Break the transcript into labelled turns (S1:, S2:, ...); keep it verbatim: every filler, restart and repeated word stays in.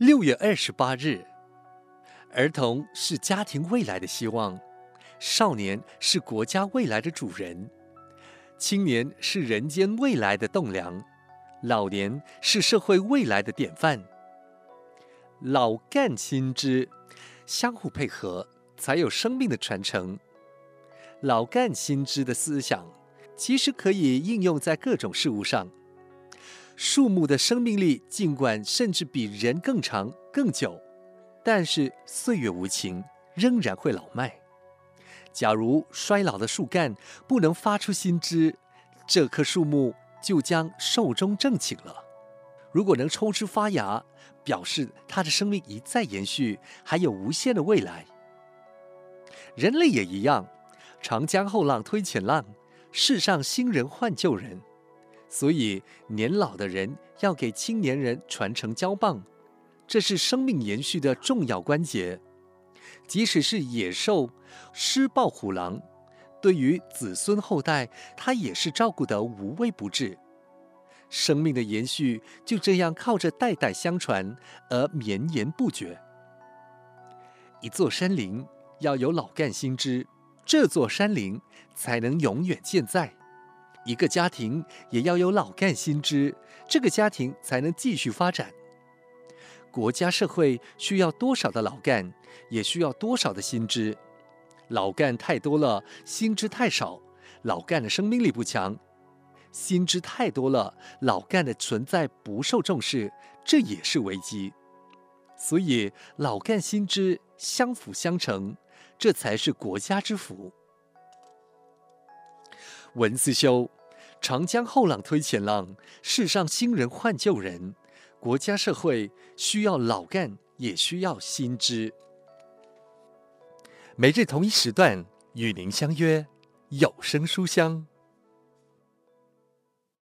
S1: 六月二十八日，儿童是家庭未来的希望，少年是国家未来的主人，青年是人间未来的栋梁，老年是社会未来的典范。老干新枝，相互配合，才有生命的传承。老干新枝的思想，其实可以应用在各种事物上。树木的生命力尽管甚至比人更长更久，但是岁月无情，仍然会老迈。假如衰老的树干不能发出新枝，这棵树木就将寿终正寝了。如果能抽枝发芽，表示它的生命一再延续，还有无限的未来。人类也一样，长江后浪推前浪，世上新人换旧人。所以年老的人要给青年人传承交棒，这是生命延续的重要关节。即使是野兽狮豹虎狼，对于子孙后代，他也是照顾得无微不至。生命的延续就这样靠着代代相传而绵延不绝。一座山林要有老干新枝，这座山林才能永远健在。一个家庭也要有老干新枝，这个家庭才能继续发展。国家社会需要多少的老干，也需要多少的新枝。老干太多了，新枝太少，老干的生命力不强；新枝太多了，老干的存在不受重视，这也是危机。所以老干新枝相辅相成，这才是国家之福。文思修，长江后浪推前浪，世上新人换旧人。国家社会需要老干，也需要新枝。每日同一时段与您相约有声书香。